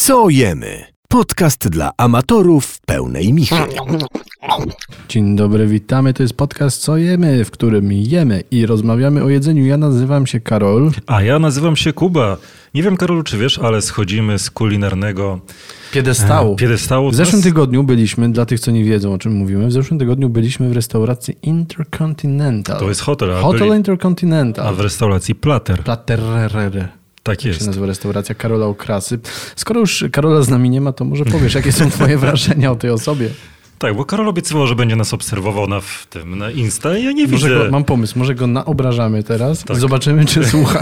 Co jemy? Podcast dla amatorów pełnej michy. Dzień dobry, witamy. To jest podcast Co jemy, w którym jemy i rozmawiamy o jedzeniu. Ja nazywam się Karol. A ja nazywam się Kuba. Nie wiem, Karolu, czy wiesz, ale schodzimy z kulinarnego piedestału. W zeszłym tygodniu byliśmy, dla tych, co nie wiedzą, o czym mówimy, w zeszłym tygodniu byliśmy w restauracji Intercontinental. To jest hotel. Hotel Intercontinental. A w restauracji Platter. Platterrere. Tak jest. się nazywa restauracja Karola Okrasy. Skoro już Karola z nami nie ma, to może powiesz, jakie są twoje wrażenia o tej osobie? Tak, bo Karol obiecywał, że będzie nas obserwował na Insta i ja nie widzę. Mam pomysł, może go naobrażamy teraz. Tak. Zobaczymy, czy słucha.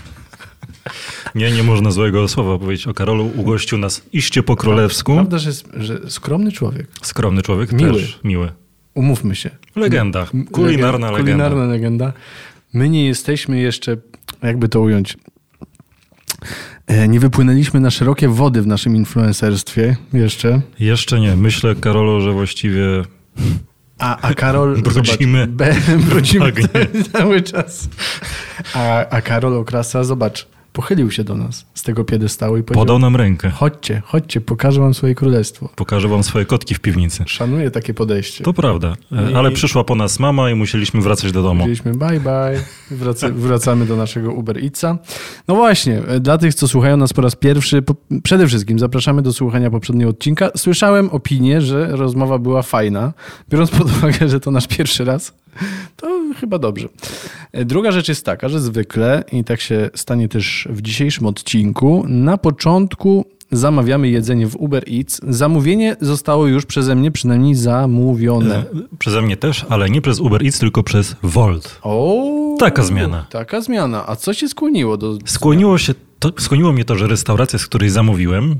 Nie można złego słowa powiedzieć o Karolu. Ugościł nas iście po królewsku. Prawda, że skromny człowiek. Skromny człowiek, Miły. też miły. Umówmy się. Legenda. Kulinarna legenda. Kulinarna legenda. My nie jesteśmy jeszcze, jakby to ująć, nie wypłynęliśmy na szerokie wody w naszym influencerstwie jeszcze. Jeszcze nie. Myślę, Karolu, że właściwie... A Karol... Brudzimy. Brudzimy cały czas. A Karol Okrasa, zobacz, pochylił się do nas z tego piedestału i powiedział... Podał nam rękę. Chodźcie, pokażę wam swoje królestwo. Pokażę wam swoje kotki w piwnicy. Szanuję takie podejście. To prawda, ale przyszła po nas mama i musieliśmy wracać do domu. Powiedzieliśmy bye. Wracamy do naszego Uber Eatsa. No właśnie, dla tych, co słuchają nas po raz pierwszy, przede wszystkim zapraszamy do słuchania poprzedniego odcinka. Słyszałem opinię, że rozmowa była fajna. Biorąc pod uwagę, że to nasz pierwszy raz, to chyba dobrze. Druga rzecz jest taka, że zwykle, i tak się stanie też w dzisiejszym odcinku, na początku zamawiamy jedzenie w Uber Eats. Zamówienie zostało już przeze mnie przynajmniej zamówione. Przeze mnie też, ale nie przez Uber Eats, tylko przez Wolt. Taka zmiana. Taka zmiana. A co się skłoniło do... Skłoniło mnie to, że restauracja, z której zamówiłem,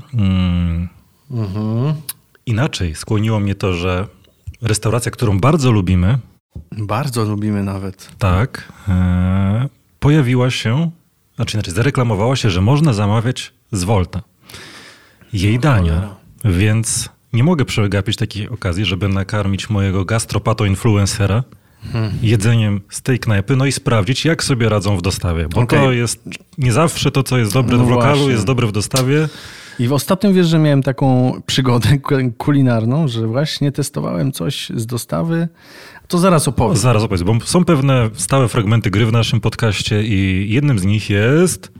inaczej skłoniło mnie to, że restauracja, którą bardzo lubimy, nawet. tak, pojawiła się, zareklamowała się, że można zamawiać z Wolta jej dania, więc nie mogę przegapić takiej okazji, żeby nakarmić mojego gastropato-influencera jedzeniem z tej knajpy, no i sprawdzić, jak sobie radzą w dostawie, bo to jest nie zawsze to, co jest dobre w lokalu, właśnie. Jest dobre w dostawie. I ostatnio wiesz, że miałem taką przygodę kulinarną, że właśnie testowałem coś z dostawy. To zaraz opowiem. Bo są pewne stałe fragmenty gry w naszym podcaście i jednym z nich jest...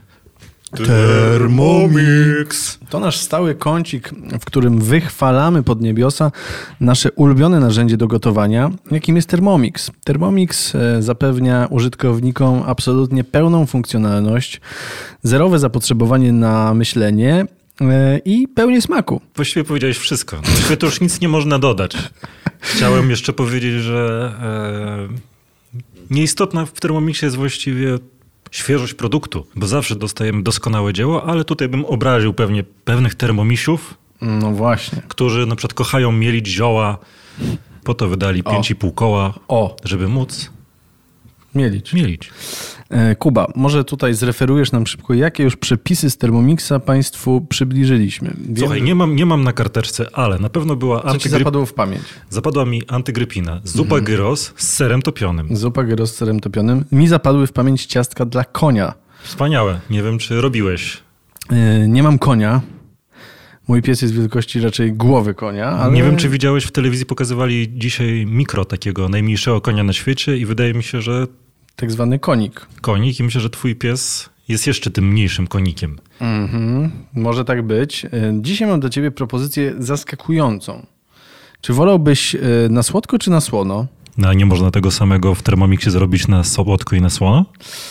Thermomix. To nasz stały kącik, w którym wychwalamy pod niebiosa nasze ulubione narzędzie do gotowania, jakim jest Thermomix. Thermomix zapewnia użytkownikom absolutnie pełną funkcjonalność, zerowe zapotrzebowanie na myślenie i pełnię smaku. Właściwie powiedziałeś wszystko. To już nic nie można dodać. Chciałem jeszcze powiedzieć, że nieistotna w Thermomixie jest właściwie świeżość produktu, bo zawsze dostajemy doskonałe dzieło, ale tutaj bym obraził pewnie pewnych termomisiów, no właśnie, którzy na przykład kochają mielić zioła, po to wydali 5,5 koła, żeby móc mielić. Kuba, może tutaj zreferujesz nam szybko, jakie już przepisy z Thermomixa Państwu przybliżyliśmy. Słuchaj, nie mam na karteczce, ale na pewno była Co ci zapadło w pamięć? Zapadła mi antygrypina, zupa gyros z serem topionym. Zupa gyros z serem topionym. Mi zapadły w pamięć ciastka dla konia. Wspaniałe. Nie wiem, czy robiłeś. Nie mam konia. Mój pies jest wielkości raczej głowy konia, ale... Nie wiem, czy widziałeś, w telewizji pokazywali dzisiaj mikro takiego najmniejszego konia na świecie i wydaje mi się, że... Tak zwany konik. Konik i myślę, że twój pies jest jeszcze tym mniejszym konikiem. Może tak być. Dzisiaj mam dla ciebie propozycję zaskakującą. Czy wolałbyś na słodko czy na słono? No, a nie można tego samego w Thermomixie zrobić na słodko i na słono?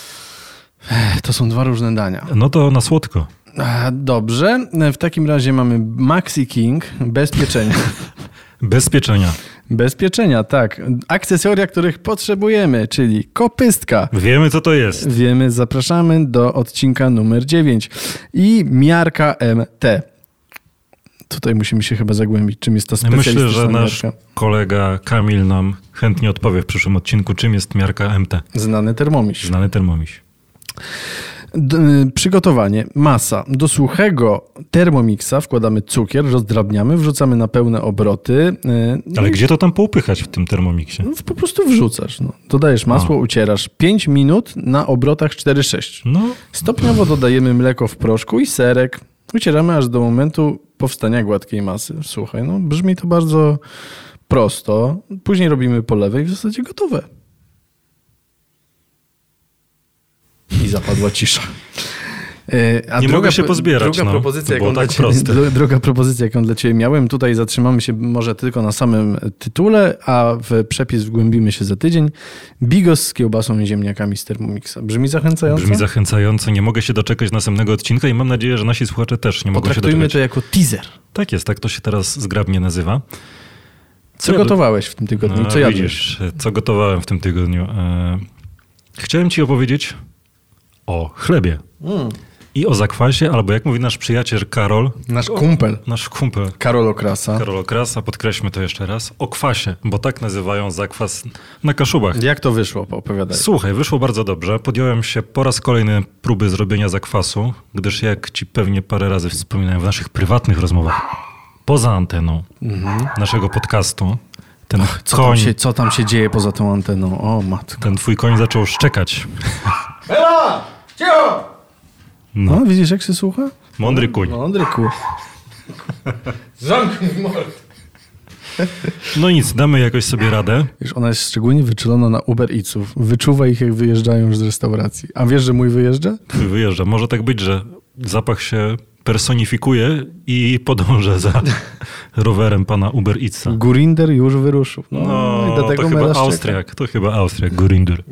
To są dwa różne dania. No to na słodko. Dobrze. W takim razie mamy Maxi King bez pieczenia. Bez pieczenia. Bez pieczenia, tak. Akcesoria, których potrzebujemy, czyli kopystka. Wiemy, co to jest. Wiemy, zapraszamy do odcinka numer 9. I miarka MT. Tutaj musimy się chyba zagłębić, czym jest ta specjalistyczna miarka. Myślę, że nasz miarka. kolega Kamil nam chętnie odpowie w przyszłym odcinku, czym jest miarka MT. Znany termomiś. Przygotowanie. Masa. Do suchego Thermomixa wkładamy cukier, rozdrabniamy, wrzucamy na pełne obroty. Ale gdzie to tam poupychać w tym Thermomixie? No, po prostu wrzucasz. No. Dodajesz masło, ucierasz. 5 minut na obrotach 4-6. No. Stopniowo dodajemy mleko w proszku i serek. Wycieramy aż do momentu powstania gładkiej masy. Słuchaj, no brzmi to bardzo prosto. Później robimy polewę i w zasadzie gotowe. I zapadła cisza. Nie mogę się pozbierać. Druga propozycja, jaką dla ciebie miałem, tutaj zatrzymamy się może tylko na samym tytule, a w przepis wgłębimy się za tydzień. Bigos z kiełbasą i ziemniakami z Thermomixa. Brzmi zachęcająco? Brzmi zachęcająco. Nie mogę się doczekać następnego odcinka i mam nadzieję, że nasi słuchacze też nie mogą się doczekać. Potraktujmy to jako teaser. Tak jest, tak to się teraz zgrabnie nazywa. Co gotowałeś w tym tygodniu? Co jadłeś? Widzisz, co gotowałem w tym tygodniu. Chciałem ci opowiedzieć o chlebie. I o zakwasie, albo jak mówi nasz przyjaciel Karol. Nasz kumpel. Karol Okrasa. Podkreślmy to jeszcze raz. O kwasie, bo tak nazywają zakwas na Kaszubach. Jak to wyszło? Opowiadaj. Słuchaj, wyszło bardzo dobrze. Podjąłem się po raz kolejny próby zrobienia zakwasu, gdyż jak ci pewnie parę razy wspominałem w naszych prywatnych rozmowach, poza anteną naszego podcastu, ten koń... Co tam się dzieje poza tą anteną? O matko. Ten twój koń zaczął szczekać. Ela! Cicho! No, widzisz jak się słucha? Mądry kuń. Mądry kuń. Zamknij mordę. No nic, damy jakoś sobie radę. Wiesz, ona jest szczególnie wyczulona na Uber Eatsów. Wyczuwa ich, jak wyjeżdżają już z restauracji. A wiesz, że mój wyjeżdża? Wyjeżdża. Może tak być, że zapach się personifikuje i podąża za rowerem pana Uber Eatsa. Gurinder już wyruszył. No i do tego to chyba Austriak, Gurinder.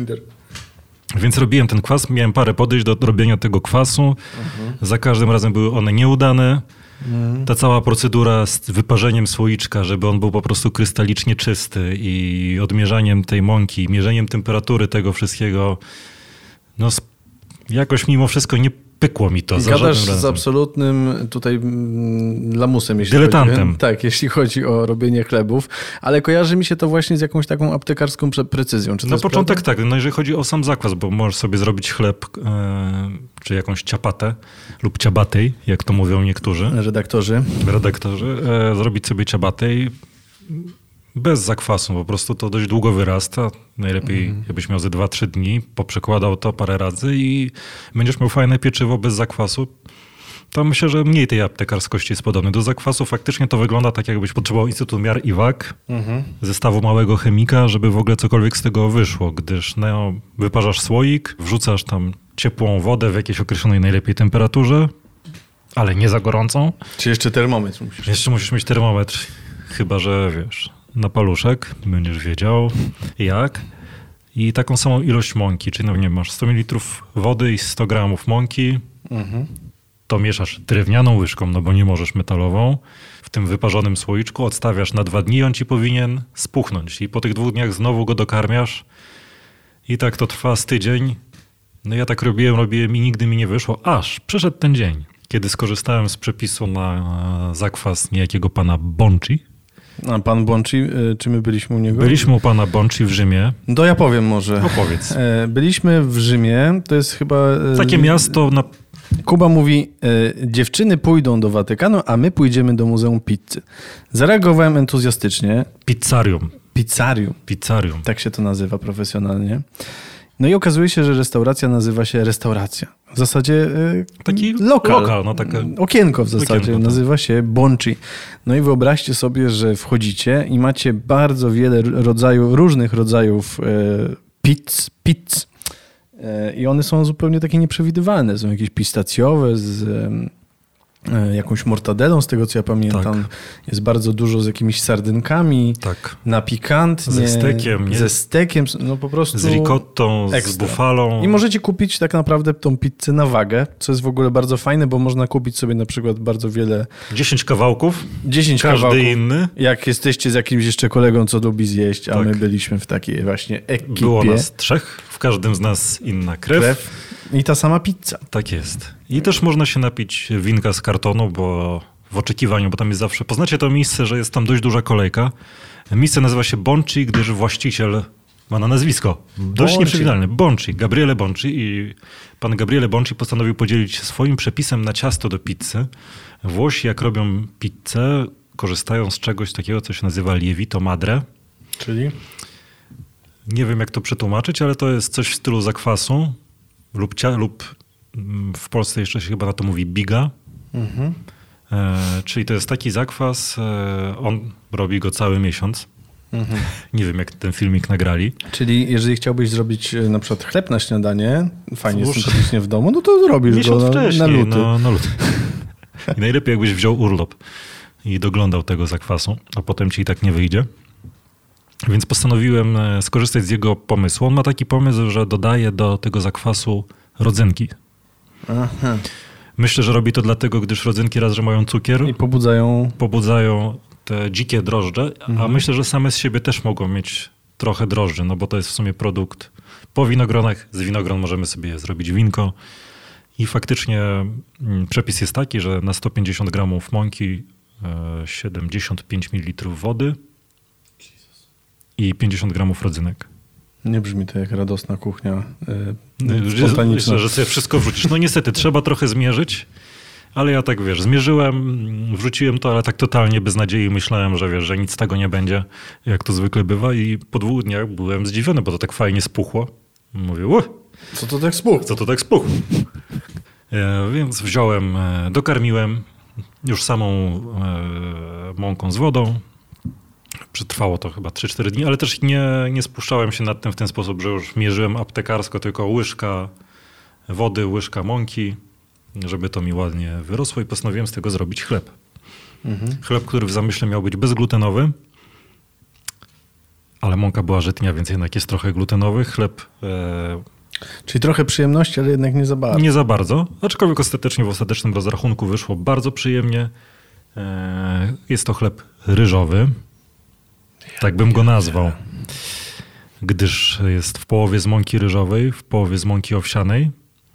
Więc robiłem ten kwas, miałem parę podejść do robienia tego kwasu. Za każdym razem były one nieudane. Ta cała procedura z wyparzeniem słoiczka, żeby on był po prostu krystalicznie czysty i odmierzaniem tej mąki, mierzeniem temperatury tego wszystkiego, no jakoś mimo wszystko nie pykło mi to. I gadasz z absolutnym tutaj lamusem. Dyletantem. Jeśli chodzi o robienie chlebów, ale kojarzy mi się to właśnie z jakąś taką aptekarską precyzją. Czy to na początek prawda? tak, no jeżeli chodzi o sam zakwas, bo możesz sobie zrobić chleb czy jakąś ciapatę lub ciabatej, jak to mówią niektórzy. Redaktorzy, zrobić sobie ciabatej bez zakwasu, po prostu to dość długo wyrasta. Najlepiej jakbyś miał ze 2-3 dni, poprzekładał to parę razy i będziesz miał fajne pieczywo bez zakwasu. To myślę, że mniej tej aptekarskości jest podobne. Do zakwasu faktycznie to wygląda tak, jakbyś potrzebował Instytutu Miar i Wag, zestawu małego chemika, żeby w ogóle cokolwiek z tego wyszło, gdyż wyparzasz słoik, wrzucasz tam ciepłą wodę w jakiejś określonej najlepiej temperaturze, ale nie za gorącą. Czy jeszcze termometr musisz? Jeszcze musisz mieć termometr, chyba że wiesz, na paluszek, będziesz wiedział jak. I taką samą ilość mąki, czyli no nie masz 100 ml wody i 100 gramów mąki. To mieszasz drewnianą łyżką, no bo nie możesz metalową. W tym wyparzonym słoiczku odstawiasz na 2 dni, on ci powinien spuchnąć. I po tych 2 dniach znowu go dokarmiasz. I tak to trwa z tydzień. No ja tak robiłem i nigdy mi nie wyszło, aż przyszedł ten dzień, kiedy skorzystałem z przepisu na zakwas niejakiego pana Bonci. A pan Bonci, czy my byliśmy u niego? Byliśmy u pana Bonci w Rzymie. To ja powiem może. Opowiedz. Byliśmy w Rzymie, to jest chyba... Takie miasto na... Kuba mówi, dziewczyny pójdą do Watykanu, a my pójdziemy do Muzeum Pizzy. Zareagowałem entuzjastycznie. Pizzarium. Tak się to nazywa profesjonalnie. No i okazuje się, że restauracja nazywa się restauracja. W zasadzie taki lokal, no takie okienko w zasadzie, nazywa się Bonci. No i wyobraźcie sobie, że wchodzicie i macie bardzo wiele różnych rodzajów pizz. I one są zupełnie takie nieprzewidywalne. Są jakieś pistacjowe z jakąś mortadelą, z tego co ja pamiętam. Tak. Jest bardzo dużo z jakimiś sardynkami. Tak. Na pikantnie. Ze stekiem. No po prostu z ricottą, z bufalą. I możecie kupić tak naprawdę tą pizzę na wagę, co jest w ogóle bardzo fajne, bo można kupić sobie na przykład bardzo wiele... 10 kawałków. Każdy inny. Jak jesteście z jakimś jeszcze kolegą, co lubi zjeść, a my byliśmy w takiej właśnie ekipie. Było nas 3, w każdym z nas inna krew. I ta sama pizza. Tak jest. I też można się napić winka z kartonu, bo w oczekiwaniu, bo tam jest zawsze... Poznacie to miejsce, że jest tam dość duża kolejka. Miejsce nazywa się Bonci, gdyż właściciel ma na nazwisko dość nieprzewidywalne. Bonci, Gabriele Bonci. I pan Gabriele Bonci postanowił podzielić się swoim przepisem na ciasto do pizzy. Włosi, jak robią pizzę, korzystają z czegoś takiego, co się nazywa lievito madre. Czyli? Nie wiem, jak to przetłumaczyć, ale to jest coś w stylu zakwasu lub w Polsce jeszcze się chyba na to mówi biga. Czyli to jest taki zakwas, on robi go cały miesiąc. Nie wiem, jak ten filmik nagrali. Czyli jeżeli chciałbyś zrobić na przykład chleb na śniadanie, fajnie sympatycznie w domu, no to zrobisz miesiąc go wcześniej, na luty. Na luty. I najlepiej jakbyś wziął urlop i doglądał tego zakwasu, a potem ci i tak nie wyjdzie. Więc postanowiłem skorzystać z jego pomysłu. On ma taki pomysł, że dodaje do tego zakwasu rodzynki. Aha. Myślę, że robi to dlatego, gdyż rodzynki raz, że mają cukier, I pobudzają te dzikie drożdże, a myślę, że same z siebie też mogą mieć trochę drożdży, no bo to jest w sumie produkt po winogronach. Z winogron możemy sobie zrobić winko. I faktycznie przepis jest taki, że na 150 gramów mąki 75 ml wody i 50 gramów rodzynek. Nie brzmi to jak radosna kuchnia spontaniczna. Myślę, że sobie wszystko wrzucisz. No niestety, trzeba trochę zmierzyć, ale ja tak, zmierzyłem, wrzuciłem to, ale tak totalnie bez nadziei myślałem, że że nic z tego nie będzie, jak to zwykle bywa i po 2 dniach byłem zdziwiony, bo to tak fajnie spuchło. Mówię, co to tak spuchło? Co to tak spuchło? Więc wziąłem, dokarmiłem już samą mąką z wodą. Przetrwało to chyba 3-4 dni, ale też nie spuszczałem się nad tym w ten sposób, że już mierzyłem aptekarsko, tylko łyżka wody, łyżka mąki, żeby to mi ładnie wyrosło i postanowiłem z tego zrobić chleb. Chleb, który w zamyśle miał być bezglutenowy, ale mąka była żytnia, więc jednak jest trochę glutenowy. Chleb... Czyli trochę przyjemności, ale jednak nie za bardzo. Nie za bardzo, aczkolwiek ostatecznie w ostatecznym rozrachunku wyszło bardzo przyjemnie. Jest to chleb ryżowy. Tak bym go nazwał, gdyż jest w połowie z mąki ryżowej, w połowie z mąki owsianej.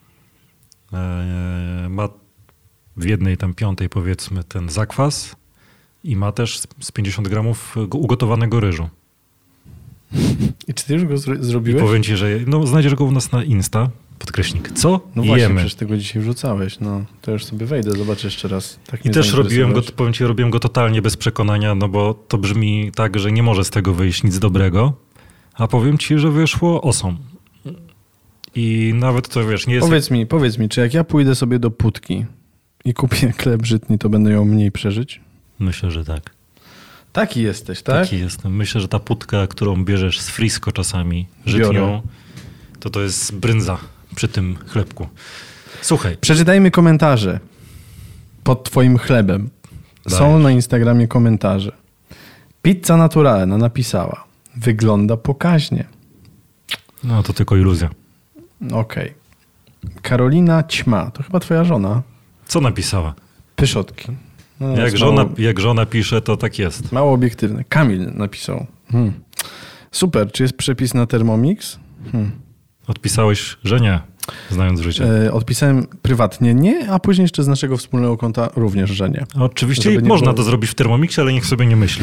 Ma w 1/5 powiedzmy ten zakwas i ma też z 50 gramów ugotowanego ryżu. I czy ty już go zrobiłeś? I powiem ci, że znajdziesz go u nas na Insta, podkreśnik. Co No właśnie, jemy? przecież tego dzisiaj wrzucałeś. No, to już sobie wejdę, zobaczę jeszcze raz. Tak I też robiłem go totalnie bez przekonania, no bo to brzmi tak, że nie może z tego wyjść nic dobrego. A powiem ci, że wyszło awesome. I nawet to nie jest... Powiedz mi, czy jak ja pójdę sobie do Putki i kupię chleb żytni, to będę ją mniej przeżyć? Myślę, że tak. Taki jesteś, tak? Taki jestem. Myślę, że ta putka, którą bierzesz z Frisco czasami, żytnią, to jest brędza przy tym chlebku. Słuchaj. Przeczytajmy komentarze pod twoim chlebem. Są na Instagramie komentarze. Pizza Naturalna napisała: wygląda pokaźnie. No to tylko iluzja. Okej. Karolina Ćma, to chyba twoja żona. Co napisała? Pyszotki. No, jak żona pisze, to tak jest. Mało obiektywne. Kamil napisał. Super, czy jest przepis na Thermomix? Odpisałeś, że nie, znając życie. Odpisałem prywatnie nie, a później jeszcze z naszego wspólnego konta również, że nie. Oczywiście można to zrobić w Thermomixie, ale niech sobie nie myśli.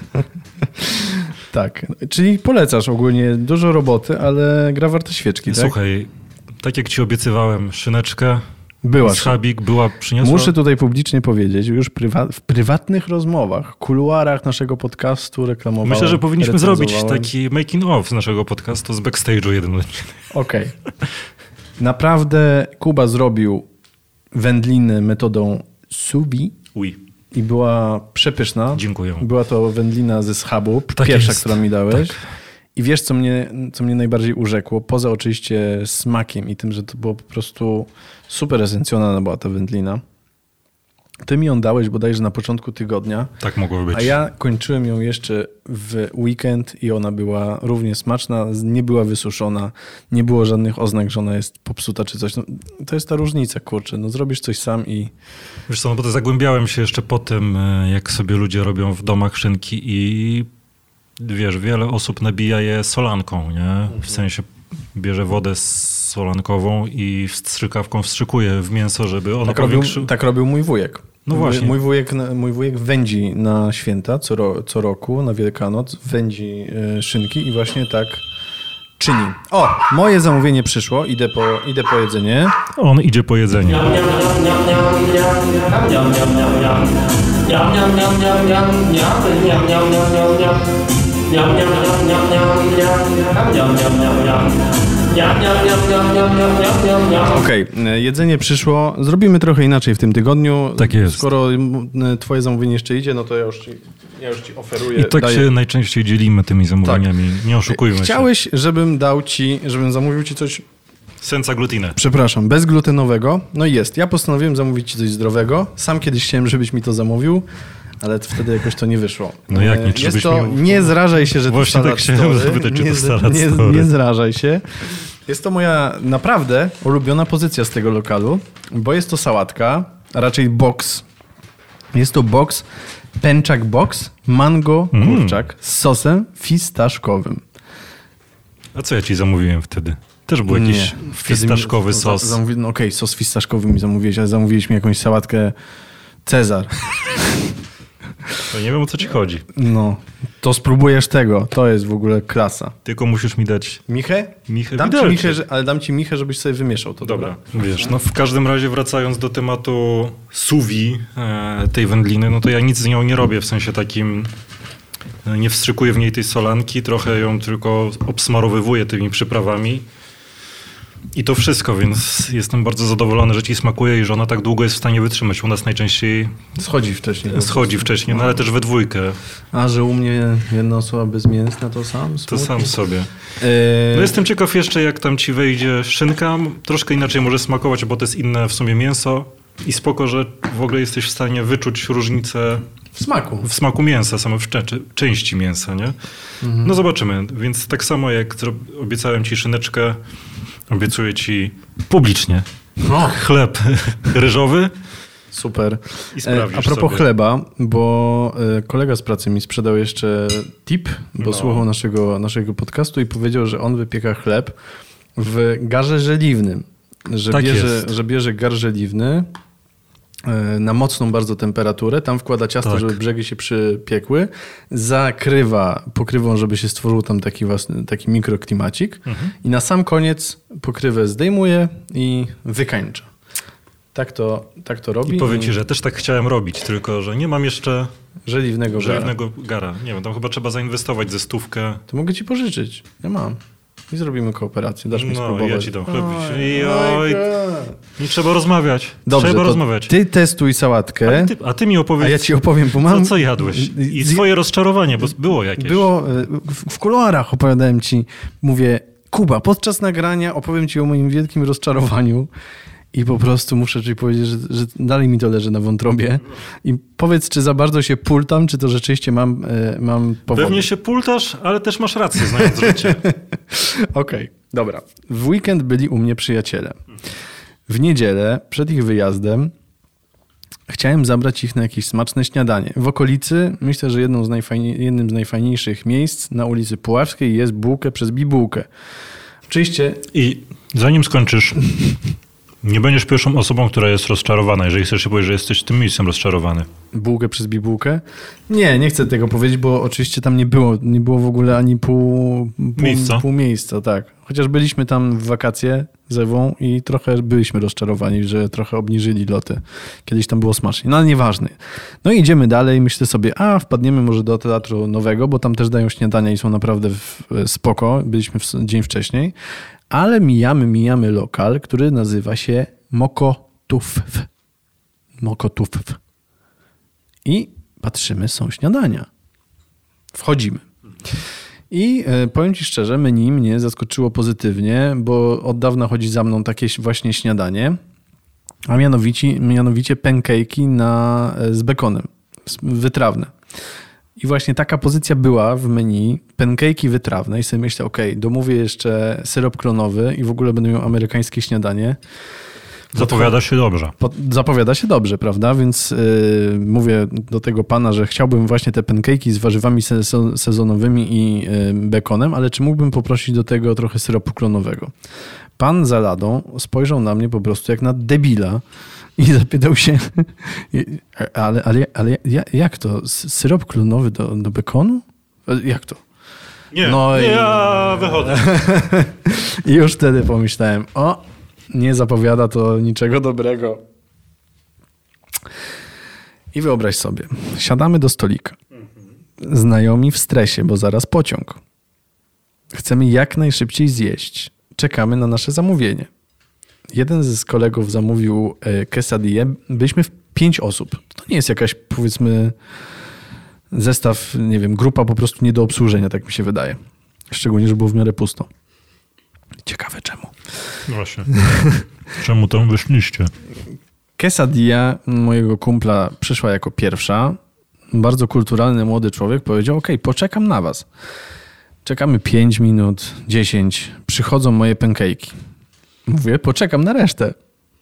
Tak, czyli polecasz ogólnie dużo roboty, ale gra warta świeczki, tak? Słuchaj, tak jak ci obiecywałem, szyneczkę była. Schabik przyniosła. Muszę tutaj publicznie powiedzieć, już w prywatnych rozmowach, kuluarach naszego podcastu reklamowałem. Myślę, że powinniśmy zrobić taki making of z naszego podcastu z backstage'u jeden odcinek. Okej. Naprawdę Kuba zrobił wędlinę metodą sous vide. Oui. I była przepyszna. Dziękuję. Była to wędlina ze Schabu, tak pierwsza, jest. którą mi dałeś. Tak. I wiesz, co mnie najbardziej urzekło? Poza oczywiście smakiem i tym, że to było po prostu super esencjonalna była ta wędlina. Ty mi ją dałeś bodajże na początku tygodnia. Tak mogło być. A ja kończyłem ją jeszcze w weekend i ona była równie smaczna, nie była wysuszona, nie było żadnych oznak, że ona jest popsuta czy coś. No, to jest ta różnica, kurczę. No, zrobisz coś sam i... Wiesz co, no bo to zagłębiałem się jeszcze po tym, jak sobie ludzie robią w domach szynki i wiesz, wiele osób nabija je solanką, nie? W sensie bierze wodę solankową i strzykawką wstrzykuje w mięso, żeby ono powiększyło. Tak robił mój wujek. No właśnie. Mój wujek wędzi na święta co roku, na Wielkanoc, wędzi szynki i właśnie tak czyni. O, moje zamówienie przyszło, idę po jedzenie. On idzie po jedzenie. Okej, jedzenie przyszło. Zrobimy trochę inaczej w tym tygodniu. Tak jest. Skoro twoje zamówienie jeszcze idzie, no to ja już ci oferuję. I tak się najczęściej dzielimy tymi zamówieniami. Tak. Nie oszukujmy się. Chciałeś, żebym zamówił ci coś... Senza glutinę. Przepraszam, bezglutenowego. No i jest. Ja postanowiłem zamówić ci coś zdrowego. Sam kiedyś chciałem, żebyś mi to zamówił, ale wtedy jakoś to nie wyszło. No jak nie? Jest to, nie zrażaj się, że to Właśnie tak chciałem zapytać, czy to salad story. Nie zrażaj się. Jest to moja naprawdę ulubiona pozycja z tego lokalu, bo jest to sałatka, a raczej box. Jest to box, pęczak box, mango kurczak z sosem fistaszkowym. A co ja ci zamówiłem wtedy? Też był jakiś fistaszkowy sos. Okej, sos fistaszkowy mi zamówiłeś, ale zamówiłeś mi jakąś sałatkę Cezar. To nie wiem, o co ci chodzi. No, to spróbujesz tego. To jest w ogóle klasa. Tylko musisz mi dać... Michę? Dam ci michę, ale dam ci michę, żebyś sobie wymieszał to. Dobra. Wiesz, no w każdym razie wracając do tematu sous vide tej wędliny, no to ja nic z nią nie robię, w sensie takim... Nie wstrzykuję w niej tej solanki, trochę ją tylko obsmarowywuję tymi przyprawami. I to wszystko, więc jestem bardzo zadowolony, że ci smakuje i że ona tak długo jest w stanie wytrzymać. U nas najczęściej... Schodzi wcześniej, no ale też we dwójkę. A, że u mnie jedna osoba bezmięsna, to sam? To sam sobie. No jestem ciekaw jeszcze, jak tam ci wejdzie szynka. Troszkę inaczej może smakować, bo to jest inne w sumie mięso. I spoko, że w ogóle jesteś w stanie wyczuć różnicę... W smaku mięsa, same w części mięsa, nie? Mhm. No zobaczymy. Więc tak samo jak obiecałem ci szyneczkę, obiecuję ci publicznie chleb ryżowy. Super. I sprawdzisz a propos sobie. chleba, bo kolega z pracy mi sprzedał jeszcze tip, bo słuchał naszego podcastu i powiedział, że on wypieka chleb w garze żeliwnym. Że bierze gar żeliwny na mocną bardzo temperaturę, tam wkłada ciasto, żeby brzegi się przypiekły, zakrywa pokrywą, żeby się stworzył tam taki mikroklimacik i na sam koniec pokrywę zdejmuje i wykańcza. Tak to robi. I powiem ci, że też tak chciałem robić, tylko że nie mam jeszcze żeliwnego gara. Nie wiem, tam chyba trzeba zainwestować ze 100. To mogę ci pożyczyć. Ja mam. I zrobimy kooperację. Dasz mi spróbować. Ja ci dam chleb. Nie trzeba rozmawiać. Dobrze, trzeba rozmawiać. Ty testuj sałatkę. A ty mi opowiedz. A ja ci opowiem, bo mam... co jadłeś? I swoje rozczarowanie, bo było jakieś. Było. W kuluarach opowiadałem ci. Mówię, Kuba, podczas nagrania opowiem ci o moim wielkim rozczarowaniu. I po prostu muszę ci powiedzieć, że dalej mi to leży na wątrobie. I powiedz, czy za bardzo się pultam, czy to rzeczywiście mam powody. Pewnie się pultasz, ale też masz rację, znając życie. Okej, dobra. W weekend byli u mnie przyjaciele. W niedzielę, przed ich wyjazdem, chciałem zabrać ich na jakieś smaczne śniadanie. W okolicy, myślę, że jednym z najfajniejszych miejsc na ulicy Puławskiej jest Bułkę przez Bibułkę. Oczywiście... I zanim skończysz... Nie będziesz pierwszą osobą, która jest rozczarowana, jeżeli chcesz się powiedzieć, że jesteś tym miejscem rozczarowany. Bułkę przez Bibułkę? Nie chcę tego powiedzieć, bo oczywiście tam nie było w ogóle ani pół miejsca, tak. Chociaż byliśmy tam w wakacje z Ewą i trochę byliśmy rozczarowani, że trochę obniżyli loty. Kiedyś tam było smacznie, no ale nieważne. No i idziemy dalej, myślę sobie, wpadniemy może do Teatru Nowego, bo tam też dają śniadania i są naprawdę spoko. Byliśmy dzień wcześniej. Ale mijamy lokal, który nazywa się Mokotów. I patrzymy, są śniadania. Wchodzimy. I powiem ci szczerze, menu mnie zaskoczyło pozytywnie, bo od dawna chodzi za mną takie właśnie śniadanie, a mianowicie pancake'i z bekonem, wytrawne. I właśnie taka pozycja była w menu, pancake'i wytrawne i sobie myślę, domówię jeszcze syrop klonowy i w ogóle będę miał amerykańskie śniadanie. Zapowiada się dobrze. Zapowiada się dobrze, prawda? Więc mówię do tego pana, że chciałbym właśnie te pancake'i z warzywami sezonowymi i bekonem, ale czy mógłbym poprosić do tego trochę syropu klonowego? Pan za ladą spojrzał na mnie po prostu jak na debila i zapytał się, ale jak to? Syrop klonowy do bekonu? Jak to? Ja wychodzę. I już wtedy pomyślałem, nie zapowiada to niczego dobrego. I wyobraź sobie, siadamy do stolika. Znajomi w stresie, bo zaraz pociąg. Chcemy jak najszybciej zjeść. czekamy na nasze zamówienie. Jeden z kolegów zamówił quesadillę. Byliśmy w 5 osób. To nie jest jakaś, powiedzmy, zestaw, nie wiem, grupa po prostu nie do obsłużenia, tak mi się wydaje. Szczególnie, że było w miarę pusto. Ciekawe czemu. Właśnie. Czemu tam wyszliście? Quesadilla mojego kumpla przyszła jako pierwsza. Bardzo kulturalny młody człowiek powiedział, okej, poczekam na was. Czekamy 5 minut, 10. Przychodzą moje pancake'i. Mówię, poczekam na resztę.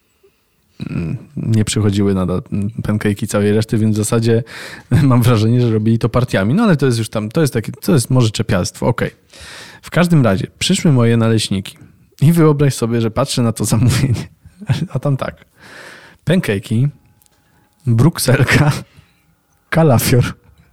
Nie przychodziły nadal pancake'i całej reszty, więc w zasadzie mam wrażenie, że robili to partiami. No ale to jest już tam, to jest może czepialstwo. Okej. W każdym razie przyszły moje naleśniki. I wyobraź sobie, że patrzę na to zamówienie. A tam tak. Pancake'i, brukselka, kalafior,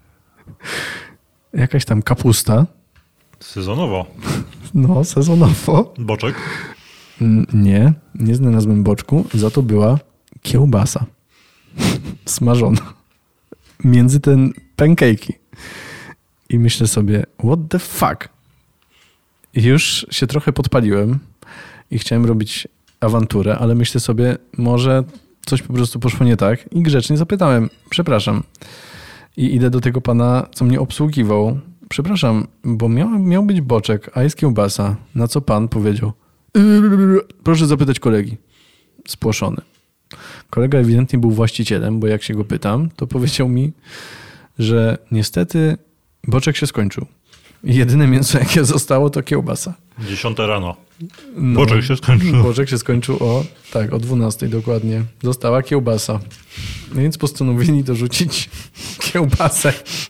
jakaś tam kapusta. Sezonowo. No, sezonowo. Boczek. Nie znalazłem boczku, za to była kiełbasa smażona między ten pancake'i. I myślę sobie, what the fuck? I już się trochę podpaliłem i chciałem robić awanturę, ale myślę sobie, może coś po prostu poszło nie tak i grzecznie zapytałem, przepraszam. I idę do tego pana, co mnie obsługiwał. Przepraszam, bo miał być boczek, a jest kiełbasa. Na co pan powiedział? Proszę zapytać kolegi. Spłoszony. Kolega ewidentnie był właścicielem, bo jak się go pytam, to powiedział mi, że niestety boczek się skończył. Jedyne mięso, jakie zostało, to kiełbasa. 10 rano. No, Boczek się skończył. Boczek się skończył o 12 dokładnie. Została kiełbasa. No więc postanowili dorzucić kiełbasę.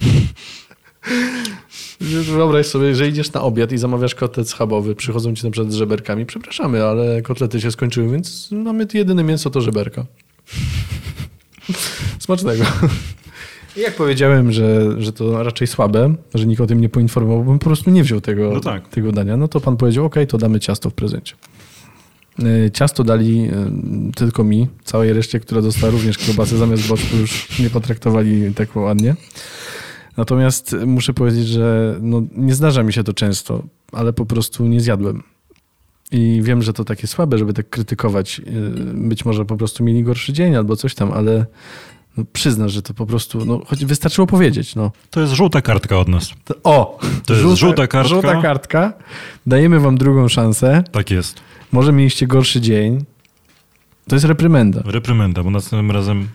Wyobraź sobie, że idziesz na obiad i zamawiasz kotlet schabowy, przychodzą ci na przykład z żeberkami. Przepraszamy, ale kotlety się skończyły, więc mamy jedyne mięso to żeberka. Smacznego. I jak powiedziałem, że to raczej słabe, że nikt o tym nie poinformował, bym po prostu nie wziął tego dania, no to pan powiedział, okej, to damy ciasto w prezencie. Ciasto dali tylko mi, całej reszcie, która dostała również kiełbasę zamiast boczku, już nie potraktowali tak ładnie. Natomiast muszę powiedzieć, że nie zdarza mi się to często, ale po prostu nie zjadłem. I wiem, że to takie słabe, żeby tak krytykować. Być może po prostu mieli gorszy dzień albo coś tam, ale przyznasz, że to po prostu, choć wystarczyło powiedzieć. To jest żółta kartka od nas. To jest żółta kartka. Żółta kartka. Dajemy wam drugą szansę. Tak jest. Może mieliście gorszy dzień. To jest reprymenda. Reprymenda, bo następnym razem...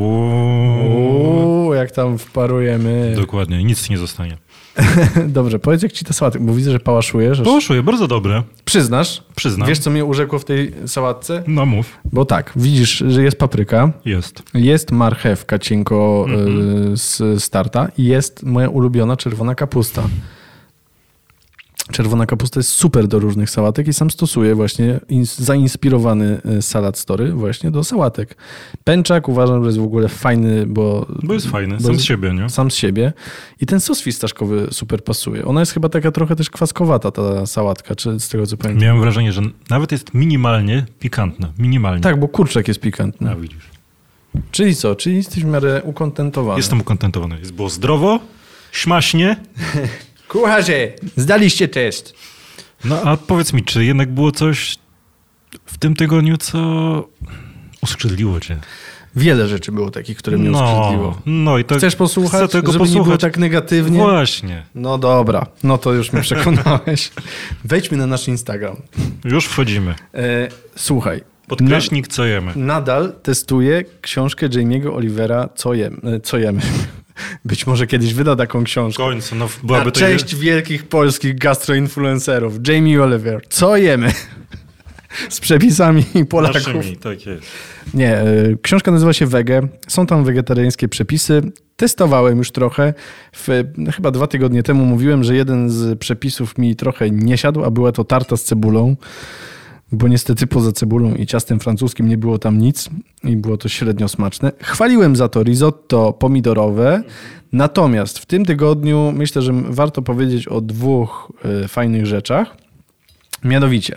Jak tam wparujemy. Dokładnie, nic nie zostanie. Dobrze, powiedz jak ci ta sałatka, bo widzę, że pałaszujesz. Pałaszuję, bardzo dobre. Przyznasz? Przyznam. Wiesz, co mnie urzekło w tej sałatce? No mów. Bo tak, widzisz, że jest papryka. Jest. Jest marchewka cienko z starta i jest moja ulubiona czerwona kapusta. Czerwona kapusta jest super do różnych sałatek i sam stosuję właśnie zainspirowany Salad Story właśnie do sałatek. Pęczak uważam, że jest w ogóle fajny, bo jest fajny, sam z siebie, nie? Sam z siebie. I ten sos fistaszkowy super pasuje. Ona jest chyba taka trochę też kwaskowata, ta sałatka, czy z tego co pamiętam. Miałem wrażenie, że nawet jest minimalnie pikantna. Minimalnie. Tak, bo kurczak jest pikantny. No widzisz. Czyli co? Czyli jesteś w miarę ukontentowany. Jestem ukontentowany. Było zdrowo, śmaśnie. Kucharze, zdaliście test. No a powiedz mi, czy jednak było coś w tym tygodniu, co uskrzydliło cię? Wiele rzeczy było takich, które mnie uskrzydliło. No i to chcesz posłuchać, chcę tego żeby posłuchać. nie było tak negatywnie? Właśnie. No dobra, no to już mnie przekonałeś. Wejdźmy na nasz Instagram. Już wchodzimy. Słuchaj. Podkreśnik, co jemy. Nadal testuję książkę Jamie'ego Olivera Co jemy. Być może kiedyś wyda taką książkę. W końcu, byłaby na to... cześć wielkich polskich gastroinfluencerów. Jamie Oliver. Co jemy? Z przepisami Polaków. Naszymi, tak jest. Nie, książka nazywa się Wege. Są tam wegetariańskie przepisy. Testowałem już trochę. Chyba 2 tygodnie temu mówiłem, że jeden z przepisów mi trochę nie siadł, a była to tarta z cebulą. Bo niestety poza cebulą i ciastem francuskim nie było tam nic i było to średnio smaczne. Chwaliłem za to risotto pomidorowe, natomiast w tym tygodniu myślę, że warto powiedzieć o 2 fajnych rzeczach. Mianowicie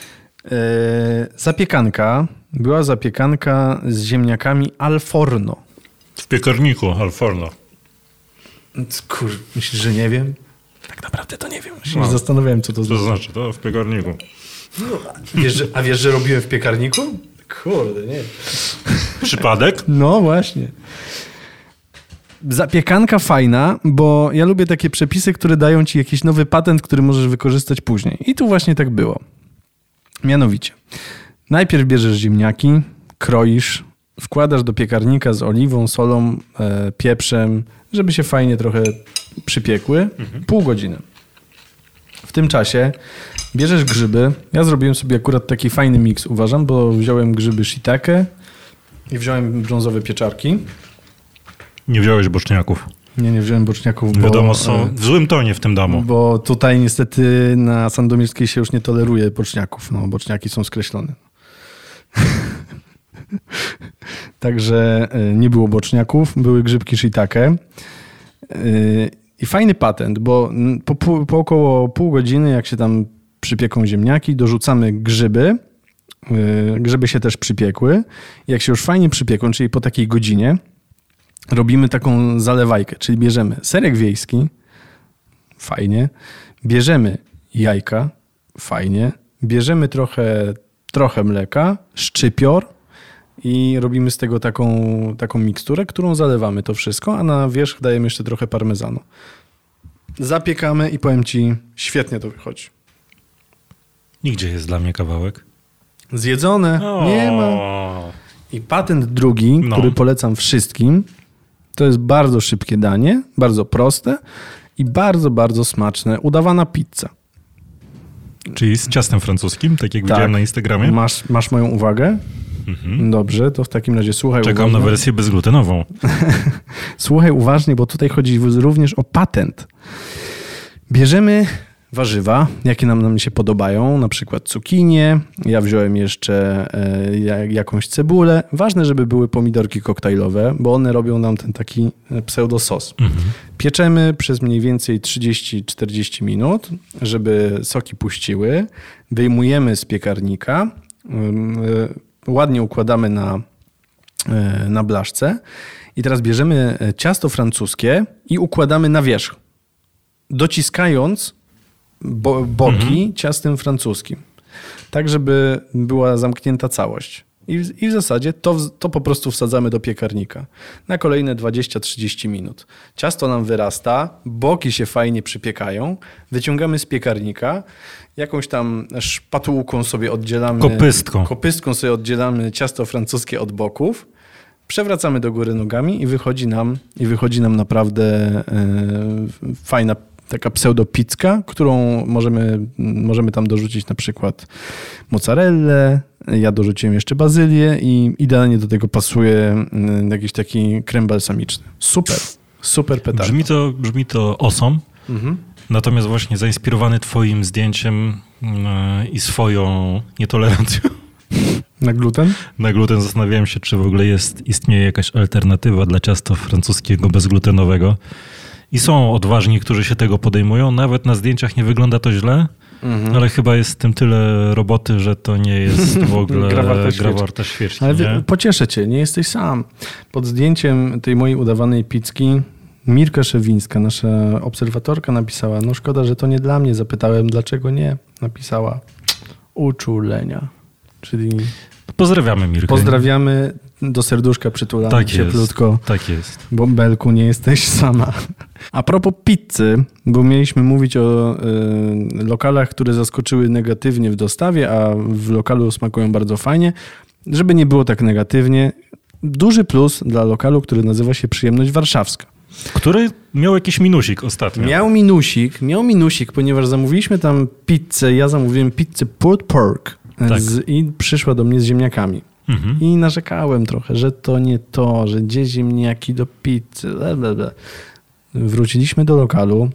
była zapiekanka z ziemniakami al forno. W piekarniku al forno. Myślisz, że nie wiem? Tak naprawdę to nie wiem. Zastanawiałem, co to znaczy. To znaczy, to w piekarniku. Wiesz, że robiłem w piekarniku? Kurde, nie. Przypadek? No właśnie. Zapiekanka fajna, bo ja lubię takie przepisy, które dają ci jakiś nowy patent, który możesz wykorzystać później. I tu właśnie tak było. Mianowicie, najpierw bierzesz ziemniaki, kroisz, wkładasz do piekarnika z oliwą, solą, pieprzem, żeby się fajnie trochę przypiekły. Pół godziny. W tym czasie bierzesz grzyby. Ja zrobiłem sobie akurat taki fajny miks, uważam, bo wziąłem grzyby shiitake i wziąłem brązowe pieczarki. Nie wziąłeś boczniaków. Nie wziąłem boczniaków, bo... Wiadomo, są w złym tonie w tym domu. Bo tutaj niestety na Sandomierskiej się już nie toleruje boczniaków. No, boczniaki są skreślone. Także nie było boczniaków, były grzybki shiitake. I fajny patent, bo po około pół godziny, jak się tam przypieką ziemniaki, dorzucamy grzyby. Grzyby się też przypiekły. Jak się już fajnie przypiekły, czyli po takiej godzinie, robimy taką zalewajkę, czyli bierzemy serek wiejski, fajnie, bierzemy jajka, fajnie, bierzemy trochę mleka, szczypior i robimy z tego taką miksturę, którą zalewamy to wszystko, a na wierzch dajemy jeszcze trochę parmezanu. Zapiekamy i powiem ci, świetnie to wychodzi. Nigdzie jest dla mnie kawałek. Zjedzone, nie ma. I patent drugi, który polecam wszystkim, to jest bardzo szybkie danie, bardzo proste i bardzo, bardzo smaczne. Udawana pizza. Czyli z ciastem francuskim, tak jak widziałem na Instagramie? Masz moją uwagę? Dobrze, to w takim razie słuchaj Czekam uważnie. na wersję bezglutenową. Słuchaj uważnie, bo tutaj chodzi również o patent. Bierzemy warzywa, jakie nam się podobają, na przykład cukinię. Ja wziąłem jeszcze jakąś cebulę. Ważne, żeby były pomidorki koktajlowe, bo one robią nam ten taki pseudosos. Pieczemy przez mniej więcej 30-40 minut, żeby soki puściły. Wyjmujemy z piekarnika. Ładnie układamy na blaszce. I teraz bierzemy ciasto francuskie i układamy na wierzch, dociskając boki ciastem francuskim. Tak, żeby była zamknięta całość. I w zasadzie to po prostu wsadzamy do piekarnika na kolejne 20-30 minut. Ciasto nam wyrasta, boki się fajnie przypiekają, wyciągamy z piekarnika, jakąś tam szpatułką sobie oddzielamy... Kopystką sobie oddzielamy ciasto francuskie od boków, przewracamy do góry nogami i wychodzi nam naprawdę fajna taka pseudo-pizzka, którą możemy tam dorzucić na przykład mozzarellę. Ja dorzuciłem jeszcze bazylię i idealnie do tego pasuje jakiś taki krem balsamiczny. Super petarda. Brzmi to awesome. Natomiast właśnie zainspirowany twoim zdjęciem i swoją nietolerancją na gluten? Na gluten zastanawiałem się, czy w ogóle istnieje jakaś alternatywa dla ciasta francuskiego bezglutenowego. I są odważni, którzy się tego podejmują. Nawet na zdjęciach nie wygląda to źle, ale chyba jest w tym tyle roboty, że to nie jest w ogóle gra warta świeczki. Ale pocieszę cię, nie jesteś sam. Pod zdjęciem tej mojej udawanej pizzki Mirka Szewińska, nasza obserwatorka, napisała: no szkoda, że to nie dla mnie. Zapytałem, dlaczego nie. Napisała: uczulenia. Czyli... Pozdrawiamy Mirkę. Pozdrawiamy, do serduszka przytulamy tak cieplutko. Tak jest. Bąbelku, nie jesteś sama. A propos pizzy, bo mieliśmy mówić o lokalach, które zaskoczyły negatywnie w dostawie, a w lokalu smakują bardzo fajnie. Żeby nie było tak negatywnie, duży plus dla lokalu, który nazywa się Przyjemność Warszawska. Który miał jakiś minusik ostatnio. Miał minusik, ponieważ zamówiliśmy tam pizzę. Ja zamówiłem pizzę pulled pork. Tak. I przyszła do mnie z ziemniakami. I narzekałem trochę, że to nie to, że gdzie ziemniaki do pizzy. Blablabla. Wróciliśmy do lokalu.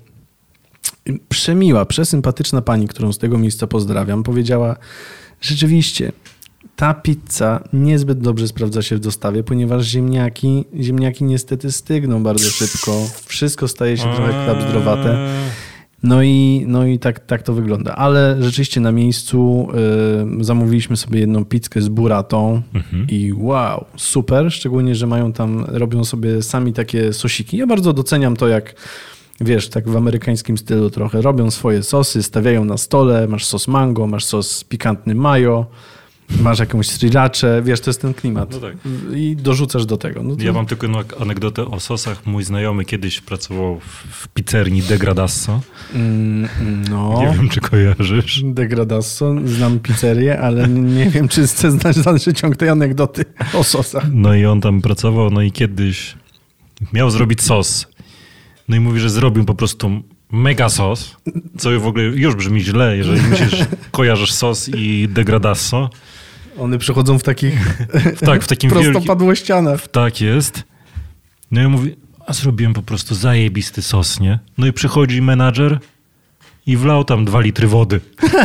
Przemiła, przesympatyczna pani, którą z tego miejsca pozdrawiam, powiedziała: rzeczywiście, ta pizza niezbyt dobrze sprawdza się w dostawie, ponieważ ziemniaki niestety stygną bardzo szybko. Wszystko staje się trochę klapzdrowate. No i tak to wygląda. Ale rzeczywiście na miejscu zamówiliśmy sobie jedną pizzkę z burratą i wow, super. Szczególnie, że robią sobie sami takie sosiki. Ja bardzo doceniam to, jak wiesz, tak w amerykańskim stylu trochę. Robią swoje sosy, stawiają na stole, masz sos mango, masz sos pikantny mayo, masz jakąś sriraczę, wiesz, to jest ten klimat. No tak. I dorzucasz do tego. No to... Ja mam tylko anegdotę o sosach. Mój znajomy kiedyś pracował w pizzerni Degradasso. No. Nie wiem, czy kojarzysz. Degradasso, znam pizzerię, ale nie wiem, czy chcę znać dalszy ciąg tej anegdoty o sosach. No i on tam pracował, no i kiedyś miał zrobić sos. No i mówi, że zrobił po prostu mega sos, co w ogóle już brzmi źle, jeżeli myślisz, kojarzysz sos i Degradasso. One przychodzą w takich Tak, w takim prostopadłościanach. Tak jest. No i ja mówię, a zrobiłem po prostu zajebisty sos, nie? No i przychodzi menadżer i wlał tam 2 litry wody.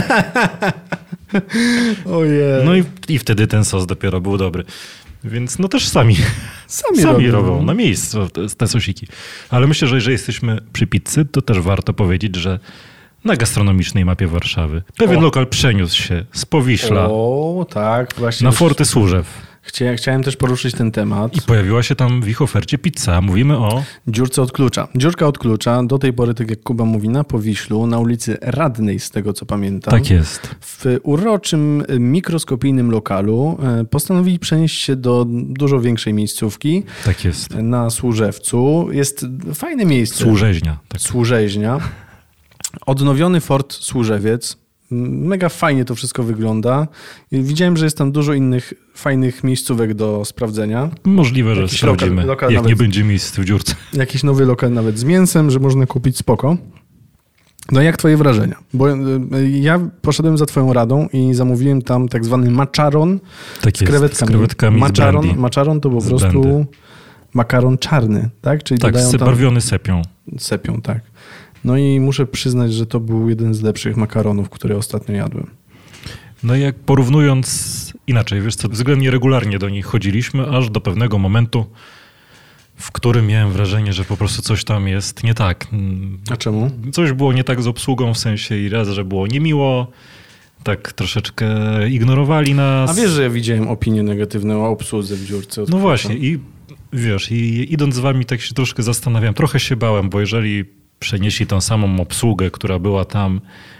Ojej. No i wtedy ten sos dopiero był dobry. Więc no też sami robią na miejscu te sosiki. Ale myślę, że jeżeli jesteśmy przy pizzy, to też warto powiedzieć, że na gastronomicznej mapie Warszawy pewien lokal przeniósł się z Powiśla tak, właśnie. na Forty Służew. Chciałem też poruszyć ten temat. I pojawiła się tam w ich ofercie pizza. Mówimy o... Dziurce od klucza. Dziurka od klucza do tej pory, tak jak Kuba mówi, na Powiślu, na ulicy Radnej, z tego co pamiętam. Tak jest. W uroczym, mikroskopijnym lokalu postanowili przenieść się do dużo większej miejscówki. Tak jest. Na Służewcu. Jest fajne miejsce. Służeźnia. Tak. Służeźnia. Odnowiony Fort Służewiec. Mega fajnie to wszystko wygląda. Widziałem, że jest tam dużo innych fajnych miejscówek do sprawdzenia. Możliwe, że sprawdzimy, lokal jak nawet, nie będzie miejsc w dziurce. Jakiś nowy lokal nawet z mięsem, że można kupić spoko. No jak twoje wrażenia? Bo ja poszedłem za twoją radą i zamówiłem tam tak zwany maczaron tak z krewetkami. Z krewetkami maczaron to po prostu makaron czarny, tak? Czyli tak, barwiony sepią. Sepią, tak. No i muszę przyznać, że to był jeden z lepszych makaronów, które ostatnio jadłem. No i jak porównując inaczej, wiesz co, względnie regularnie do nich chodziliśmy, aż do pewnego momentu, w którym miałem wrażenie, że po prostu coś tam jest nie tak. A czemu? Coś było nie tak z obsługą, w sensie i raz, że było niemiło, tak troszeczkę ignorowali nas. A wiesz, że ja widziałem opinię negatywną o obsłudze w dziurce. No właśnie i wiesz, i idąc z wami tak się troszkę zastanawiałem, trochę się bałem, bo jeżeli przenieśli tą samą obsługę, która była tam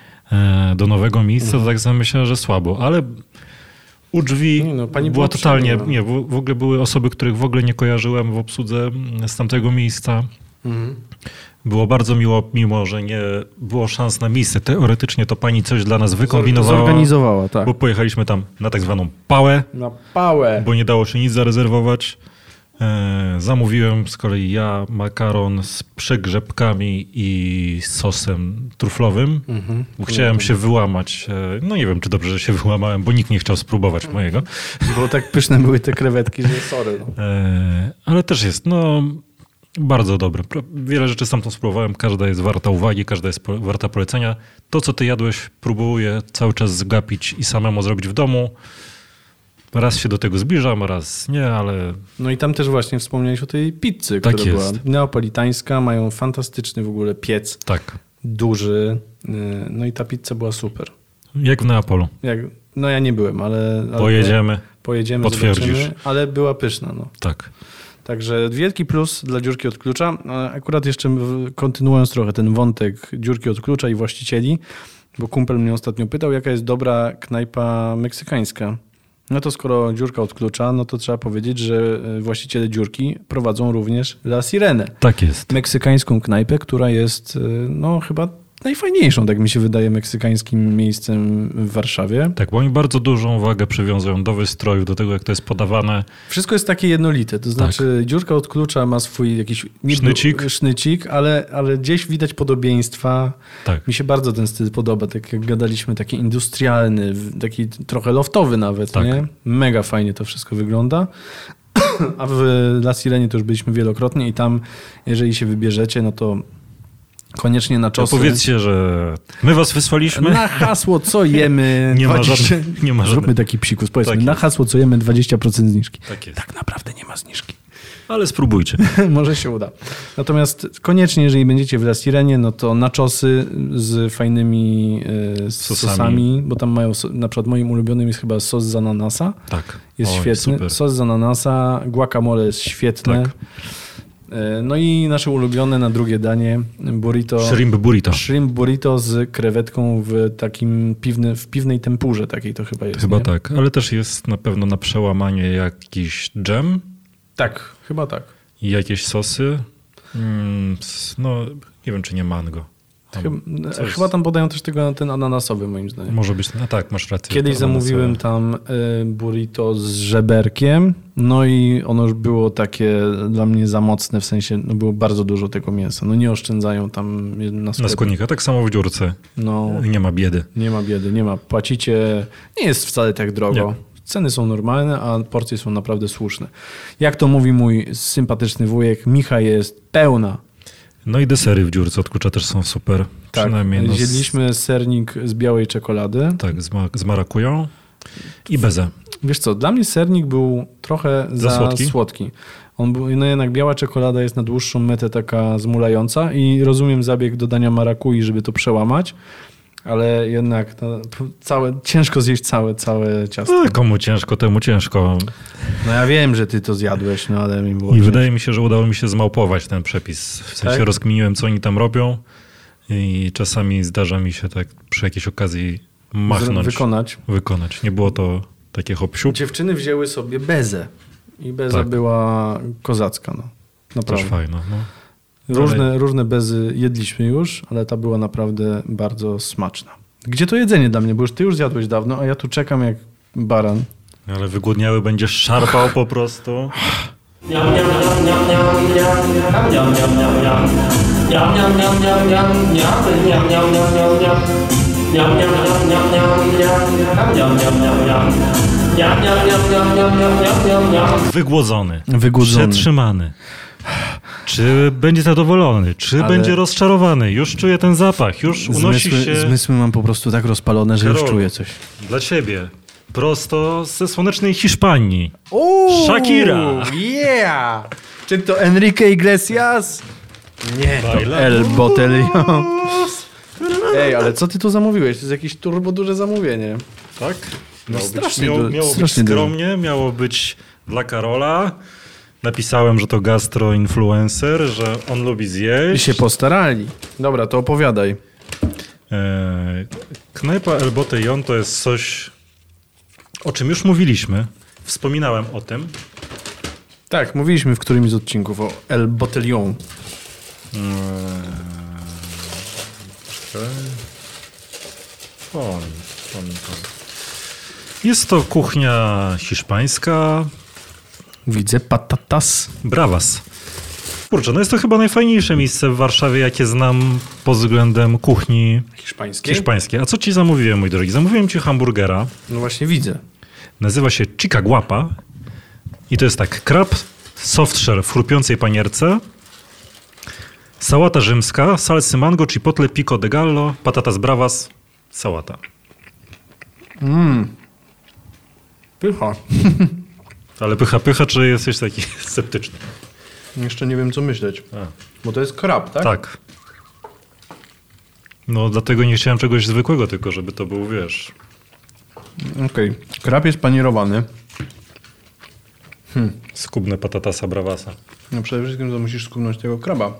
do nowego miejsca, to tak sobie myślałem, że słabo, ale u drzwi była totalnie, w ogóle były osoby, których w ogóle nie kojarzyłem w obsłudze z tamtego miejsca. Było bardzo miło, mimo że nie było szans na miejsce. Teoretycznie to pani coś dla nas wykombinowała. Zorganizowała, tak. Bo pojechaliśmy tam na tak zwaną pałę. Na pałę. Bo nie dało się nic zarezerwować. Zamówiłem z kolei ja makaron z przegrzebkami i sosem truflowym. Bo chciałem się wyłamać. No nie wiem, czy dobrze, że się wyłamałem, bo nikt nie chciał spróbować mojego. Bo tak pyszne były te krewetki, że sorry. No. Ale też jest, bardzo dobre. Wiele rzeczy stamtąd spróbowałem. Każda jest warta uwagi, każda jest warta polecenia. To, co ty jadłeś, próbuję cały czas zgapić i samemu zrobić w domu. Raz się do tego zbliżam, raz nie, ale... No i tam też właśnie wspomniałeś o tej pizzy, która była neapolitańska. Mają fantastyczny w ogóle piec. Tak. Duży. No i ta pizza była super. Jak w Neapolu. No ja nie byłem, ale Pojedziemy, potwierdzisz. Zobaczymy, ale była pyszna. No. Tak. Także wielki plus dla dziurki od klucza. Akurat jeszcze kontynuując trochę ten wątek dziurki od klucza i właścicieli, bo kumpel mnie ostatnio pytał, jaka jest dobra knajpa meksykańska. No to skoro dziurka od klucza, no to trzeba powiedzieć, że właściciele dziurki prowadzą również La Sirene. Tak jest. Meksykańską knajpę, która jest chyba najfajniejszą, tak mi się wydaje, meksykańskim miejscem w Warszawie. Tak, bo oni bardzo dużą wagę przywiązują do wystrojów, do tego, jak to jest podawane. Wszystko jest takie jednolite, to znaczy dziurka od klucza ma swój jakiś sznycik, ale gdzieś widać podobieństwa. Tak. Mi się bardzo ten styl podoba, tak jak gadaliśmy, taki industrialny, taki trochę loftowy nawet, tak. Nie? Mega fajnie to wszystko wygląda. A w La Sirenie to już byliśmy wielokrotnie i tam, jeżeli się wybierzecie, no to koniecznie na czosy. Powiedzcie, że my was wysłaliśmy. Na hasło, co jemy. Nie ma Zróbmy taki psikus. Powiedzmy, tak na hasło, co jemy, 20% zniżki. Tak jest. Tak naprawdę nie ma zniżki. Ale spróbujcie. Może się uda. Natomiast koniecznie, jeżeli będziecie w La Sirenie, no to naczosy z fajnymi sosami, bo tam mają, na przykład moim ulubionym jest chyba sos z ananasa. Tak. Jest świetny. Super. Sos z ananasa, guacamole jest świetne. Tak. No i nasze ulubione na drugie danie burrito. Shrimp burrito. Shrimp burrito z krewetką w takim piwnej tempurze takiej to chyba jest. Chyba nie? tak, ale też jest na pewno na przełamanie jakiś dżem Tak, chyba tak. i jakieś sosy. No, nie wiem, czy nie mango. Chyba tam podają też ten ananasowy, moim zdaniem. Może być, no tak, masz rację. Kiedyś zamówiłem tam burrito z żeberkiem, no i ono już było takie dla mnie za mocne, w sensie no było bardzo dużo tego mięsa. No nie oszczędzają tam na sklepie. Na składnika, tak samo w dziurce. No, Nie ma biedy. nie ma biedy, nie ma. Płacicie, nie jest wcale tak drogo. Nie. Ceny są normalne, a porcje są naprawdę słuszne. Jak to mówi mój sympatyczny wujek, micha jest pełna. No i desery w dziurce od kurcza też są super. Tak, Przynajmniej no, zjedliśmy sernik z białej czekolady. tak, z marakują i bezę. Wiesz co, dla mnie sernik był trochę za słodki. On był, no jednak biała czekolada jest na dłuższą metę taka zmulająca i rozumiem zabieg dodania marakui, żeby to przełamać, ale jednak ciężko zjeść całe ciasto. Komu ciężko, temu ciężko. No ja wiem, że ty to zjadłeś, no ale mi było I wydaje mi się, że udało mi się zmałpować ten przepis. W sensie Tak? rozkminiłem, co oni tam robią i czasami zdarza mi się tak przy jakiejś okazji machnąć. Wykonać. Nie było to takie hop-siup. Dziewczyny wzięły sobie bezę i beza była kozacka. No. Naprawdę. Też fajno. No. Różne bezy jedliśmy już, ale ta była naprawdę bardzo smaczna. Gdzie to jedzenie dla mnie? Bo ty już zjadłeś dawno, a ja tu czekam jak baran. Ale wygłodniały będziesz szarpał po prostu. Wygłodzony. Przetrzymany. Czy będzie zadowolony? Czy będzie rozczarowany? Już czuję ten zapach. Już unosi się... Zmysły mam po prostu tak rozpalone, że już czuję coś. Dla ciebie. Prosto ze słonecznej Hiszpanii. Shakira. Yeah! Czy to Enrique Iglesias? Nie, to El Botellón. Ej, ale co ty tu zamówiłeś? To jest jakieś turbo duże zamówienie. Tak? Miało być skromnie, miało być dla Karola. Napisałem, że to gastroinfluencer, że on lubi zjeść. I się postarali. Dobra, to opowiadaj. Knajpa El Botellón to jest coś, o czym już mówiliśmy. Wspominałem o tym. Tak, mówiliśmy w którymś z odcinków o El Botellón. Jest to kuchnia hiszpańska. Widzę patatas. Bravas. Kurczę, no jest to chyba najfajniejsze miejsce w Warszawie, jakie znam pod względem kuchni hiszpańskiej. A co ci zamówiłem, mój drogi? Zamówiłem ci hamburgera. No właśnie widzę. Nazywa się Chica Guapa. I to jest tak, krab, softshell w chrupiącej panierce, sałata rzymska, salsy mango, chipotle, pico de gallo, patatas bravas, sałata. Pycha. Ale pycha, czy jesteś taki sceptyczny? Jeszcze nie wiem, co myśleć. Bo to jest krab, tak? Tak. No dlatego nie chciałem czegoś zwykłego, tylko żeby to był, wiesz... Okej. Krab jest panierowany. Skubne patatasa bravasa. No przede wszystkim to musisz skubnąć tego kraba.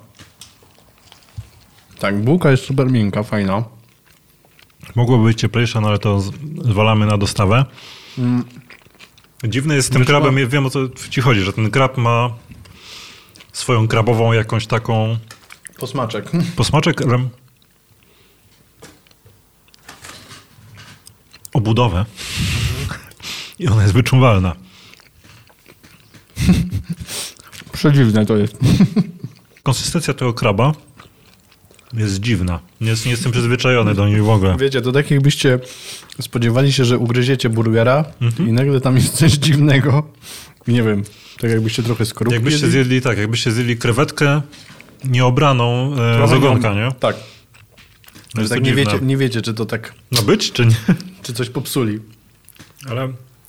Tak, bułka jest super miękka, fajna. Mogłoby być cieplejsza, no ale to zwalamy na dostawę. Dziwne jest z tym krabem, ja wiem o co ci chodzi, że ten krab ma swoją krabową jakąś taką... Posmaczek, ale... obudowę. I ona jest wyczuwalna. Przedziwne to jest. Konsystencja tego kraba jest dziwna. Nie jestem przyzwyczajony do niej w ogóle. Wiecie, to tak jakbyście spodziewali się, że ugryziecie burgera i nagle tam jest coś dziwnego. Nie wiem, tak jakbyście trochę skorupki jakbyście zjedli krewetkę nieobraną z ogonka, nie? Tak. No tak nie wiecie, czy to tak... Ma być, czy nie? Czy coś popsuli. Ale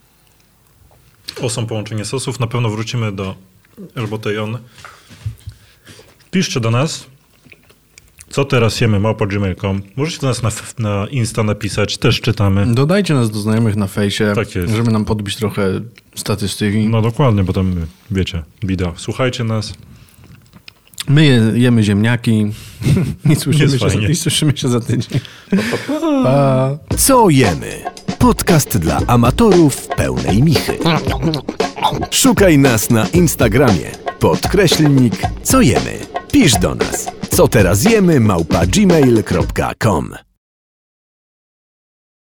są połączenie sosów. Na pewno wrócimy do El Botellón. Piszcie do nas, co teraz jemy, @gmail.com. Możecie do nas na Insta napisać, też czytamy. Dodajcie nas do znajomych na fejsie, tak jest, żeby nam podbić trochę statystyki. No dokładnie, bo tam, wiecie, bida. Słuchajcie nas. My jemy ziemniaki. I słyszymy się za tydzień. Pa. Co jemy? Podcast dla amatorów pełnej michy. Szukaj nas na Instagramie. _co jemy. Pisz do nas. Co teraz jemy @gmail.com.